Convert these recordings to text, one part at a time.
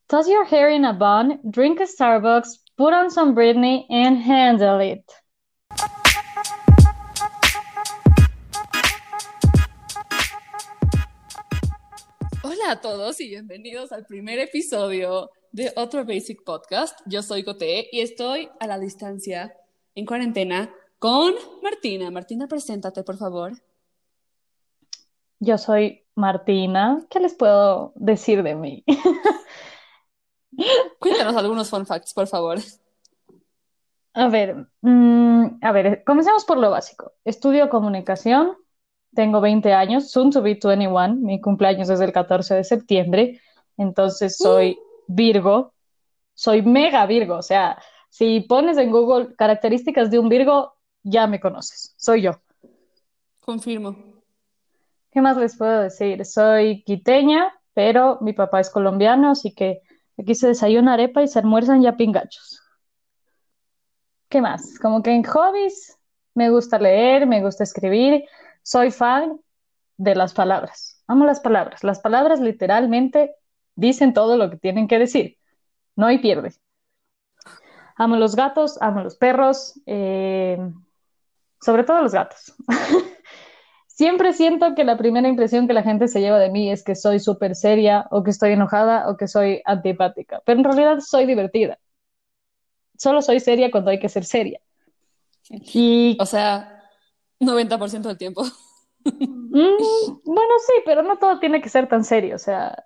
Toss your hair in a bun, drink a Starbucks, put on some Britney, and handle it. Hola a todos y bienvenidos al primer episodio de otro Basic Podcast. Yo soy Coté y estoy a la distancia, en cuarentena, con Martina. Martina, preséntate, por favor. Yo soy Martina. ¿Qué les puedo decir de mí? Cuéntanos algunos fun facts, por favor. Comencemos por lo básico. Estudio comunicación, tengo 20 años, soon to be 21, mi cumpleaños es el 14 de septiembre, entonces Uh, soy Virgo, soy mega Virgo, o sea, si pones en Google características de un Virgo, ya me conoces, soy yo. confirmo. ¿Qué más les puedo decir? Soy quiteña, pero mi papá es colombiano, así que aquí se desayuna arepa y se almuerzan ya pingachos. ¿Qué más? Como que en hobbies me gusta leer, me gusta escribir, soy fan de las palabras. Amo las palabras. Las palabras literalmente dicen todo lo que tienen que decir. No hay pierde. Amo los gatos, amo los perros, sobre todo los gatos. Siempre siento que la primera impresión que la gente se lleva de mí es que soy súper seria o que estoy enojada o que soy antipática, pero en realidad soy divertida. Solo soy seria cuando hay que ser seria. O Y sea, 90% del tiempo. bueno, sí, pero no todo tiene que ser tan serio. O sea,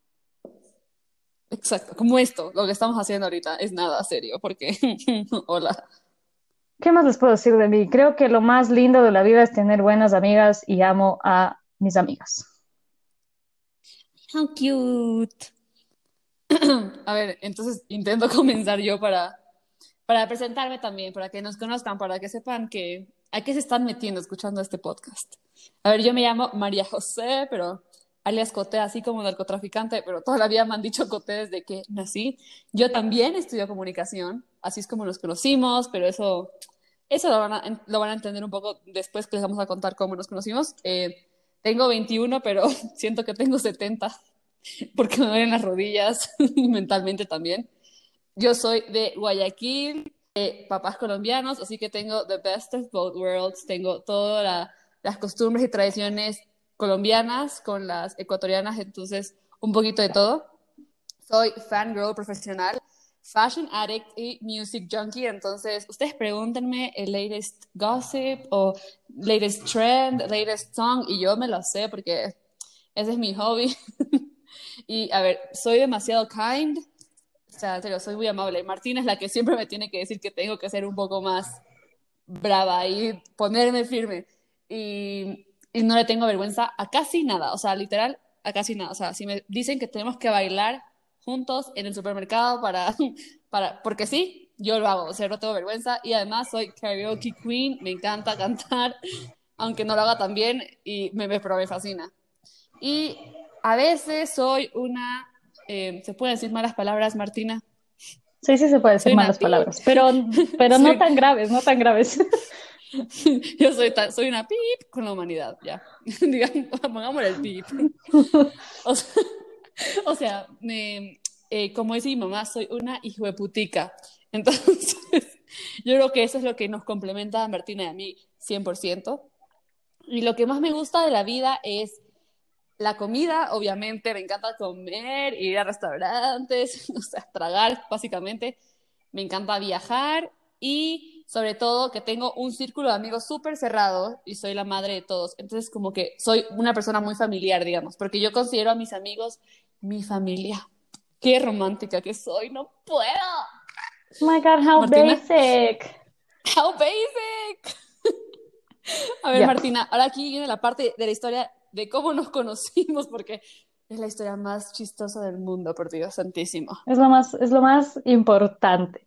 Exacto, como esto, lo que estamos haciendo ahorita es nada serio, porque, hola. ¿qué más les puedo decir de mí? Creo que lo más lindo de la vida es tener buenas amigas y amo a mis amigas. How cute. A ver, entonces intento comenzar yo para presentarme también, para que nos conozcan, para que sepan que a qué se están metiendo escuchando este podcast. A ver, yo me llamo María José, pero alias Coté, así como narcotraficante, pero toda la vida me han dicho Coté desde que nací. Yo también estudio comunicación, así es como nos conocimos, pero eso lo van a entender un poco después que les vamos a contar cómo nos conocimos. Tengo 21, pero siento que tengo 70 porque me duelen las rodillas y mentalmente también. Yo soy de Guayaquil, papás colombianos, así que tengo the best of both worlds. Tengo todas las costumbres y tradiciones colombianas con las ecuatorianas, entonces un poquito de todo. Soy fangirl profesional, fashion addict y music junkie, entonces ustedes pregúntenme el latest gossip o latest trend, latest song y yo me lo sé porque ese es mi hobby. Y a ver, soy demasiado kind, o sea, en serio, soy muy amable. Martina es la que siempre me tiene que decir que tengo que ser un poco más brava y ponerme firme. Y no le tengo vergüenza a casi nada, o sea, literal, a casi nada. O sea, si me dicen que tenemos que bailar juntos en el supermercado porque sí, yo lo hago, o sea, no tengo vergüenza. Y además soy karaoke queen, me encanta cantar, aunque no lo haga tan bien, pero me fascina. Y a veces soy ¿se pueden decir malas palabras, Martina? Sí, sí se puede decir Soy una malas pip, palabras, pero no soy, tan graves, no tan graves. soy una pip con la humanidad, ya. Digamos, pongámosle el pip. O sea, o sea como dice mi mamá, soy una hijueputica. Entonces, yo creo que eso es lo que nos complementa a Martina y a mí 100%. Y lo que más me gusta de la vida es la comida, obviamente, me encanta comer, ir a restaurantes, o sea, tragar, básicamente. Me encanta viajar y sobre todo que tengo un círculo de amigos súper cerrado y soy la madre de todos. Entonces, como que soy una persona muy familiar, digamos, porque yo considero a mis amigos mi familia. Qué romántica que soy, no puedo. Oh my God, how Martina, basic. how basic. A ver, Ya, Martina, ahora aquí viene la parte de la historia de cómo nos conocimos, porque es la historia más chistosa del mundo, por Dios santísimo. es lo más importante.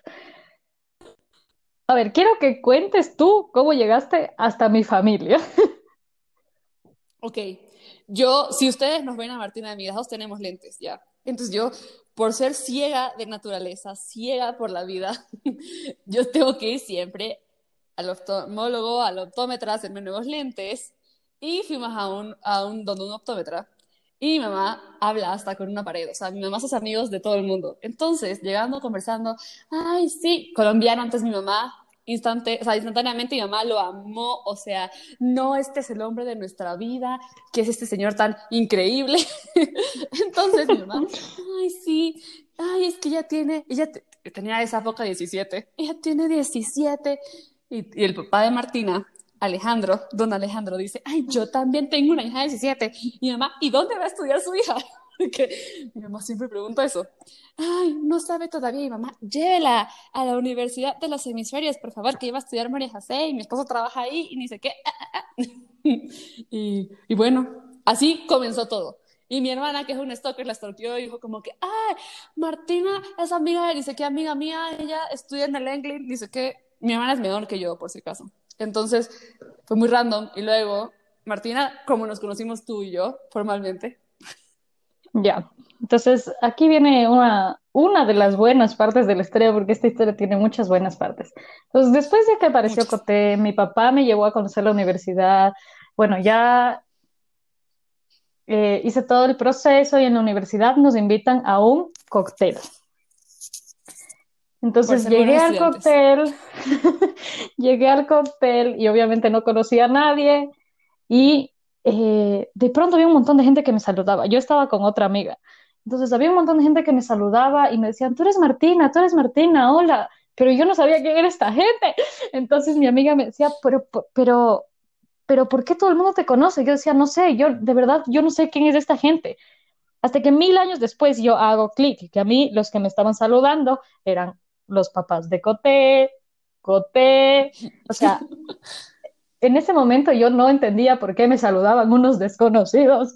Quiero que cuentes tú cómo llegaste hasta mi familia. Ok, si ustedes nos ven a Martina y a mí, las dos tenemos lentes, ya. Entonces yo, por ser ciega de naturaleza, ciega por la vida, yo tengo que ir siempre al oftalmólogo, al optómetra, a hacerme nuevos lentes, y fuimos donde un optómetra. Y mi mamá habla hasta con una pared, o sea, mi mamá sus amigos de todo el mundo. Entonces, llegando, conversando, ay, sí, colombiano, antes mi mamá, o sea, instantáneamente mi mamá lo amó, o sea, no, este es el hombre de nuestra vida, que es este señor tan increíble. Entonces mi mamá, ay, sí, ay, es que tenía esa época 17, ella tiene 17. Y el papá de Martina, Alejandro, don Alejandro, dice, ay, yo también tengo una hija de 17. Y mi mamá, ¿y dónde va a estudiar su hija? Porque mi mamá siempre pregunta eso. Ay, no sabe todavía. Y mamá, llévela a la Universidad de los Hemisferios, por favor, que iba a estudiar María José y mi esposo trabaja ahí y ni sé qué. Y bueno, así comenzó todo. Y mi hermana, que es un stalker, la stalkeó y dijo como que, ay, Martina es amiga de, dice que amiga mía, ella estudia en el English, dice que mi hermana es menor que yo, por si acaso. Entonces, fue muy random. Y luego, Martina, como nos conocimos tú y yo, formalmente. Ya. Entonces, aquí viene una de las buenas partes de la historia, porque esta historia tiene muchas buenas partes. Entonces, después de que apareció Muchas. Coté, mi papá me llevó a conocer la universidad. Bueno, ya hice todo el proceso y en la universidad nos invitan a un cóctel. Por Entonces ser buenos llegué al estudiantes. cóctel, llegué al cóctel y obviamente no conocía a nadie y de pronto había un montón de gente que me saludaba. Yo estaba con otra amiga. Entonces había un montón de gente que me saludaba y me decían, tú eres Martina, hola. Pero yo no sabía quién era esta gente. Entonces mi amiga me decía, pero ¿por qué todo el mundo te conoce? Yo decía, no sé, yo de verdad, yo no sé quién es esta gente. Hasta que 1000 años después yo hago clic, que a mí los que me estaban saludando eran los papás de Coté, o sea, en ese momento yo no entendía por qué me saludaban unos desconocidos.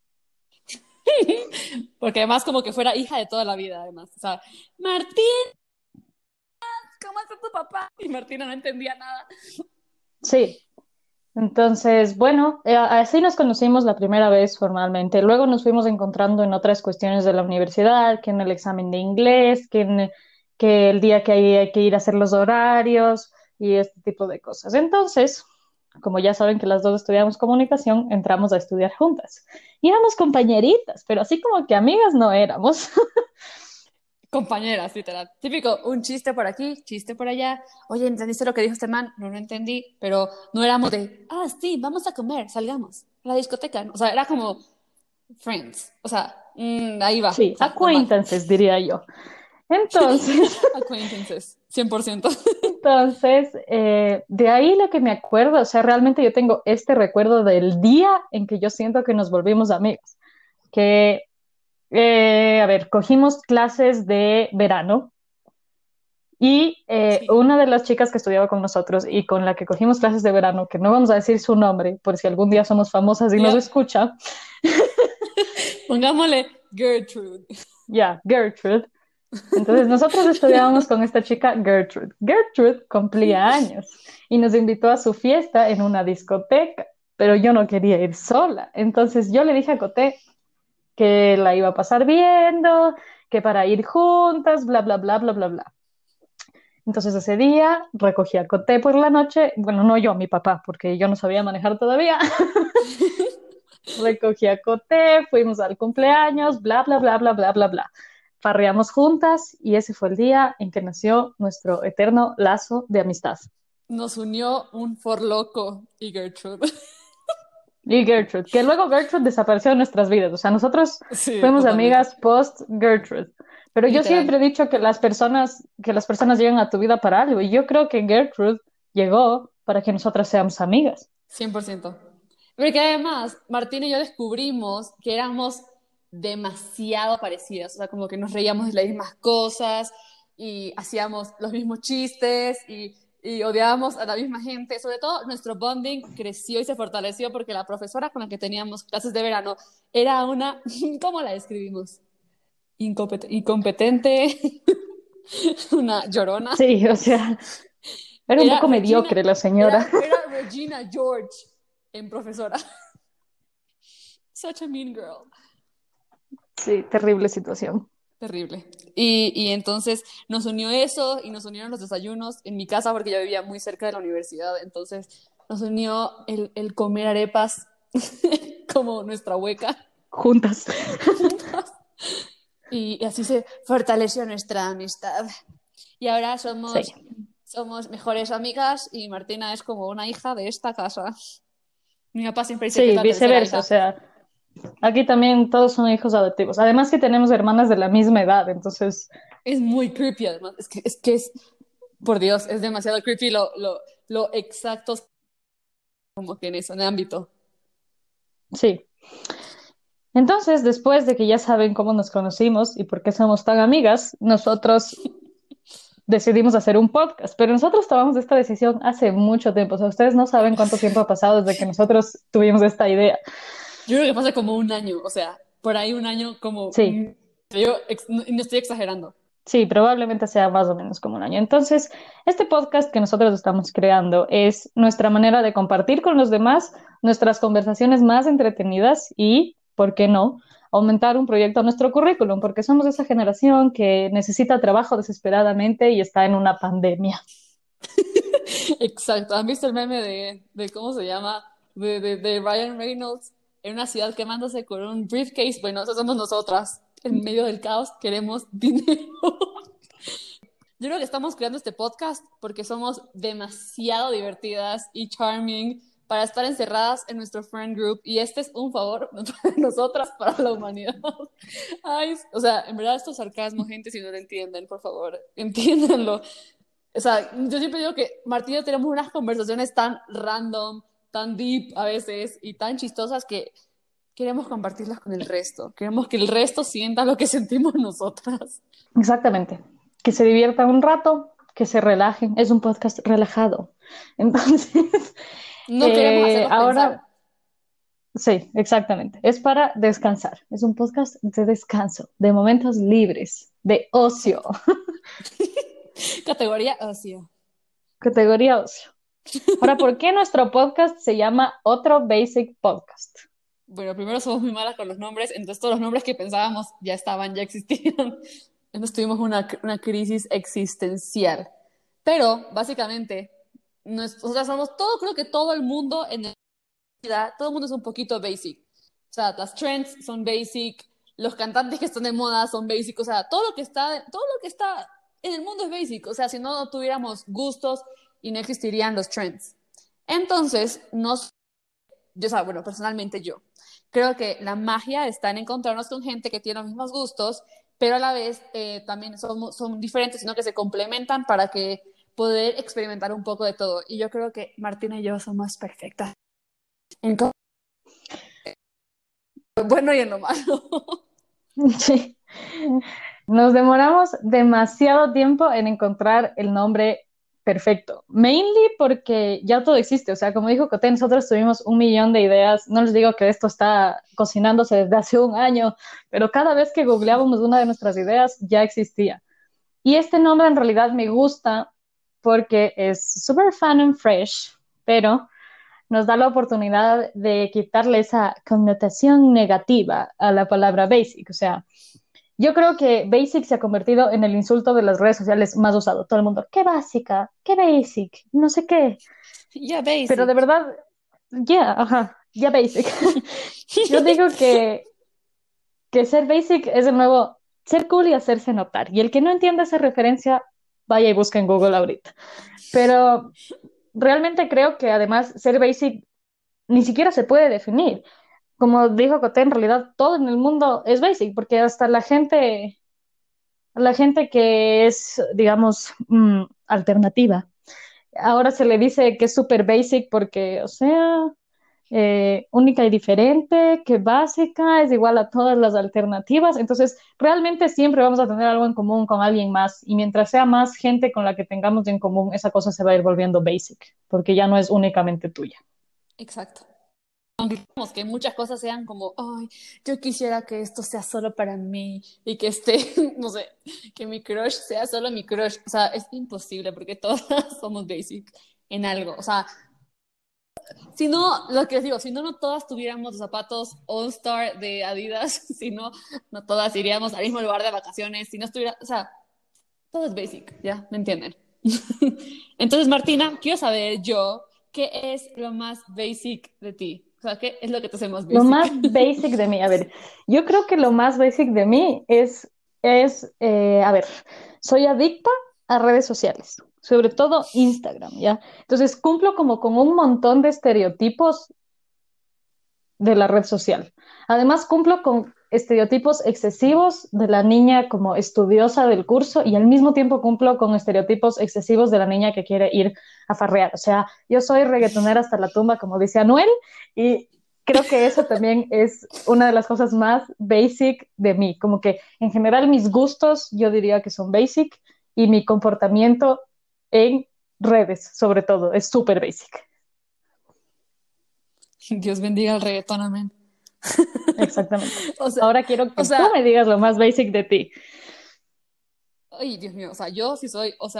Porque además como que fuera hija de toda la vida, además. O sea, Martín, ¿cómo está tu papá? Y Martina no entendía nada. Sí, entonces, bueno, así nos conocimos la primera vez formalmente. Luego nos fuimos encontrando en otras cuestiones de la universidad, que en el examen de inglés, que el día que hay que ir a hacer los horarios y este tipo de cosas. Entonces, como ya saben que las dos estudiamos comunicación, entramos a estudiar juntas. Y éramos compañeritas, pero así como que amigas no éramos. Compañeras, literal. Típico, un chiste por aquí, chiste por allá. Oye, ¿entendiste lo que dijo este man? No lo entendí, pero no éramos de, ah, sí, vamos a comer, salgamos a la discoteca. O sea, era como friends. O sea, ahí va. Sí, O sea, normal. acquaintances, diría yo. Entonces, Acquaintances, 100%. Entonces, de ahí lo que me acuerdo, o sea, realmente yo tengo este recuerdo del día en que yo siento que nos volvimos amigos, que, a ver, cogimos clases de verano y Sí. una de las chicas que estudiaba con nosotros y con la que cogimos clases de verano, que no vamos a decir su nombre por si algún día somos famosas y nos Yep. escucha, Pongámosle Gertrude. ya, Gertrude. Entonces nosotros estudiábamos con esta chica Gertrude. Gertrude cumplía años y nos invitó a su fiesta en una discoteca, pero yo no quería ir sola. Entonces yo le dije a Coté que la iba a pasar viendo, que para ir juntas, bla, bla, bla, bla, bla, bla. Entonces ese día recogí a Coté por la noche, bueno, no yo, mi papá, porque yo no sabía manejar todavía. Recogí a Coté, fuimos al cumpleaños, bla, bla, bla, bla, bla, bla, bla. Farreamos juntas y ese fue el día en que nació nuestro eterno lazo de amistad. Nos unió un forloco y Gertrude. Y Gertrude, que luego Gertrude desapareció de nuestras vidas. O sea, nosotros Sí, fuimos totalmente. amigas post Gertrude. Pero yo Literal. siempre he dicho que las personas llegan a tu vida para algo. Y yo creo que Gertrude llegó para que nosotras seamos amigas. 100%. Porque además, Martín y yo descubrimos que éramos demasiado parecidas, o sea, como que nos reíamos de las mismas cosas y hacíamos los mismos chistes y odiábamos a la misma gente. Sobre todo, nuestro bonding creció y se fortaleció porque la profesora con la que teníamos clases de verano era una, ¿cómo la describimos? Incompetente, una llorona. Sí, o sea, era un Era poco Regina, mediocre la señora. era Regina George en profesora. Such a mean girl. Sí, terrible situación. Terrible. Y entonces nos unió eso y nos unieron los desayunos en mi casa porque yo vivía muy cerca de la universidad. Entonces nos unió el comer arepas como nuestra hueca. juntas. juntas. Y así se fortaleció nuestra amistad. Y ahora Sí, somos mejores amigas y Martina es como una hija de esta casa. Mi papá siempre dice que es sí, la tercera viceversa, o hija. sea, aquí también todos son hijos adoptivos. Además que tenemos hermanas de la misma edad, entonces, Es muy creepy, además. Es por Dios, es demasiado creepy lo exactos como que en eso, en el ámbito. sí. Entonces, después de que ya saben cómo nos conocimos y por qué somos tan amigas, nosotros decidimos hacer un podcast, pero nosotros tomamos esta decisión hace mucho tiempo. O sea, ustedes no saben cuánto tiempo ha pasado desde que nosotros tuvimos esta idea. Yo creo que pasa como un año, o sea, por ahí un año como... Sí, no estoy exagerando. sí, probablemente sea más o menos como un año. Entonces, este podcast que nosotros estamos creando es nuestra manera de compartir con los demás nuestras conversaciones más entretenidas y, ¿por qué no?, aumentar un proyecto a nuestro currículum, porque somos esa generación que necesita trabajo desesperadamente y está en una pandemia. Exacto. ¿Han visto el meme de cómo se llama? De Ryan Reynolds en una ciudad quemándose con un briefcase. Bueno, eso somos nosotras. En medio del caos queremos dinero. Yo creo que estamos creando este podcast porque somos demasiado divertidas y charming para estar encerradas en nuestro friend group y este es un favor de nosotras para la humanidad. Ay, o sea, en verdad esto es sarcasmo, gente, si no lo entienden, por favor, entiéndanlo. O sea, yo siempre digo que Martín y yo tenemos unas conversaciones tan random, tan deep a veces y tan chistosas que queremos compartirlas con el resto. Queremos que el resto sienta lo que sentimos nosotras. Exactamente. Que se diviertan un rato, que se relajen. Es un podcast relajado. Entonces, No queremos hacerlos pensar. ahora, sí, exactamente. Es para descansar. Es un podcast de descanso, de momentos libres, de ocio, Exacto. Categoría ocio. categoría ocio. Ahora, ¿por qué nuestro podcast se llama Otro Basic Podcast? Bueno, primero somos muy malas con los nombres, entonces todos los nombres que pensábamos ya estaban, ya existían. Entonces tuvimos una crisis existencial. Pero, básicamente, o sea, somos todo, creo que todo el mundo en la vida, todo el mundo es un poquito basic. O sea, las trends son basic, los cantantes que están de moda son basic, o sea, todo lo que está en el mundo es basic. O sea, si no tuviéramos gustos y no existirían los trends. Entonces, yo, o sea, bueno, personalmente yo creo que la magia está en encontrarnos con gente que tiene los mismos gustos, pero a la vez también son diferentes, sino que se complementan para que poder experimentar un poco de todo. Y yo creo que Martina y yo somos perfectas. En lo bueno y en lo malo. Sí. Nos demoramos demasiado tiempo en encontrar el nombre perfecto. Mainly porque ya todo existe. O sea, como dijo Coté, nosotros tuvimos un millón de ideas. No les digo que esto está cocinándose desde hace un año, pero cada vez que googleábamos una de nuestras ideas ya existía. Y este nombre en realidad me gusta porque es súper fun and fresh, pero nos da la oportunidad de quitarle esa connotación negativa a la palabra basic. O sea, yo creo que basic se ha convertido en el insulto de las redes sociales más usado. Todo el mundo, qué básica, qué basic, no sé qué. Ya, Pero de basic. verdad, ya, yeah, ajá, ya basic. Yo digo que ser basic es de nuevo ser cool y hacerse notar. Y el que no entienda esa referencia, vaya y busque en Google ahorita. Pero realmente creo que además ser basic ni siquiera se puede definir. Como dijo Coté, en realidad todo en el mundo es basic, porque hasta la gente que es, digamos, alternativa, ahora se le dice que es super basic porque, o sea, única y diferente, que básica es igual a todas las alternativas. Entonces, realmente siempre vamos a tener algo en común con alguien más y mientras sea más gente con la que tengamos en común, esa cosa se va a ir volviendo basic, porque ya no es únicamente tuya. Exacto. Aunque digamos que muchas cosas sean como, ay, yo quisiera que esto sea solo para mí y que no sé, que mi crush sea solo mi crush. O sea, es imposible porque todas somos basic en algo. O sea, si no, lo que les digo, si no, no todas tuviéramos los zapatos All Star de Adidas, si no, no todas iríamos al mismo lugar de vacaciones, si no estuviera, o sea, todo es basic, ¿ya? ¿Me entienden? Entonces, Martina, quiero saber yo, ¿qué es lo más basic de ti? O sea, ¿qué es lo que te hace más Lo basic? más basic de mí, a ver, yo creo que lo más basic de mí a ver, soy adicta a redes sociales, sobre todo Instagram, ¿ya? Entonces cumplo como con un montón de estereotipos de la red social. Además, cumplo con estereotipos excesivos de la niña como estudiosa del curso y al mismo tiempo cumplo con estereotipos excesivos de la niña que quiere ir a farrear. O sea, yo soy reggaetonera hasta la tumba, como dice Anuel, y creo que eso también es una de las cosas más basic de mí. Como que en general mis gustos yo diría que son basic y mi comportamiento en redes, sobre todo, es súper basic. Dios bendiga el reggaetón, amén. Exactamente. O sea, Ahora quiero o que tú sea, me digas lo más basic de ti. ay, Dios mío, o sea, yo sí soy, o sea,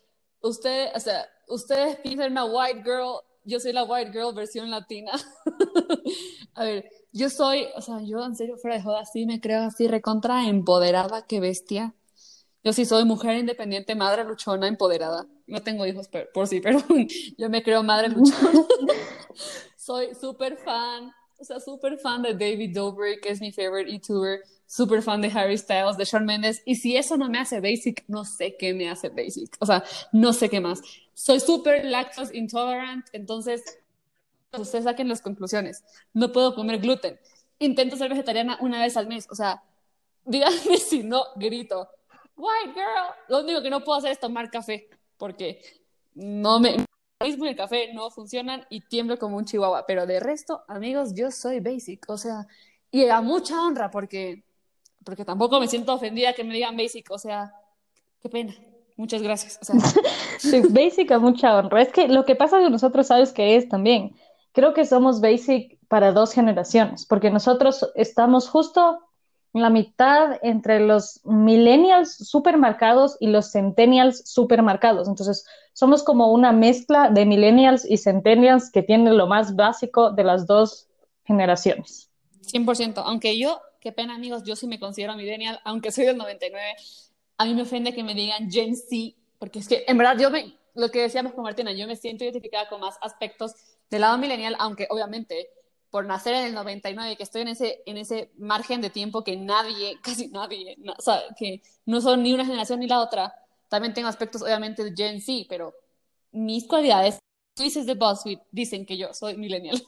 ustedes piensan una white girl, yo soy la white girl versión latina. A ver, yo soy, o sea, yo en serio, fuera de joda, sí me creo así recontra empoderada, qué bestia. Yo sí soy mujer independiente, madre luchona, empoderada. No tengo hijos por sí, pero yo me creo madre luchona. Soy súper fan, o sea, súper fan de David Dobrik, que es mi favorite YouTuber, súper fan de Harry Styles, de Shawn Mendes, y si eso no me hace basic, no sé qué me hace basic, o sea, no sé qué más. Soy súper lactose intolerant, entonces ustedes saquen las conclusiones. No puedo comer gluten. Intento ser vegetariana una vez al mes, o sea, díganme si no grito. White girl. Lo único que no puedo hacer es tomar café, porque no me mismo el café no funcionan y tiemblo como un chihuahua, pero de resto, amigos, yo soy basic, o sea, y a mucha honra porque tampoco me siento ofendida que me digan basic, o sea, qué pena. Muchas gracias, o sea, Sí, basic a mucha honra. Es que lo que pasa de nosotros, ¿sabes qué es también? Creo que somos basic para dos generaciones, porque nosotros estamos justo en la mitad entre los millennials supermarcados y los centennials supermarcados. Entonces, somos como una mezcla de millennials y centennials que tienen lo más básico de las dos generaciones. 100%. Aunque yo, qué pena amigos, yo sí me considero millennial, aunque soy del 99, a mí me ofende que me digan Gen Z, porque es que en verdad lo que decíamos con Martina, yo me siento identificada con más aspectos del lado millennial, aunque obviamente por nacer en el 99, que estoy en ese margen de tiempo que nadie, casi nadie, o sea, que no son ni una generación ni la otra, también tengo aspectos obviamente de Gen Z, pero mis cualidades, quizzes de BuzzFeed dicen que yo soy millennial.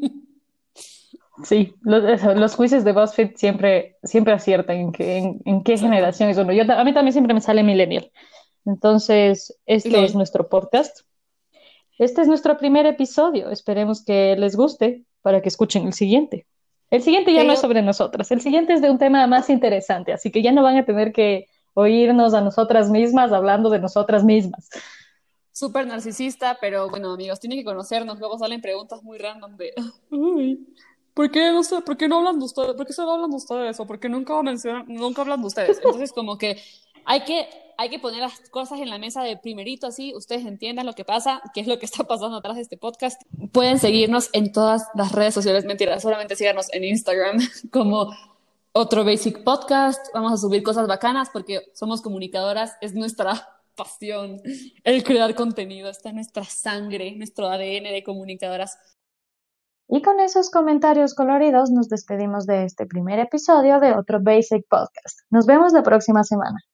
Sí, los quizzes de BuzzFeed siempre aciertan en qué Exacto. generación es uno. A mí también siempre me sale millennial. Entonces, este es LOL. nuestro podcast. Este es nuestro primer episodio. Esperemos que les guste para que escuchen el siguiente. El siguiente ya no es Querido, sobre nosotras. El siguiente es de un tema más interesante, así que ya no van a tener que oírnos a nosotras mismas hablando de nosotras mismas. súper narcisista, pero bueno, amigos, tienen que conocernos. Luego salen preguntas muy random de, uy, ¿por qué no sé, por qué no hablan de ustedes? ¿Por qué solo hablan de ustedes? ¿O por qué nunca hablan de ustedes? Entonces, como que hay que, hay que poner las cosas en la mesa de primerito, así ustedes entiendan lo que pasa, qué es lo que está pasando atrás de este podcast. Pueden seguirnos en todas las redes sociales, mentira, solamente síganos en Instagram como otro Basic Podcast. Vamos a subir cosas bacanas porque somos comunicadoras, es nuestra pasión el crear contenido, está en nuestra sangre, nuestro ADN de comunicadoras. Y con esos comentarios coloridos nos despedimos de este primer episodio de otro Basic Podcast. Nos vemos la próxima semana.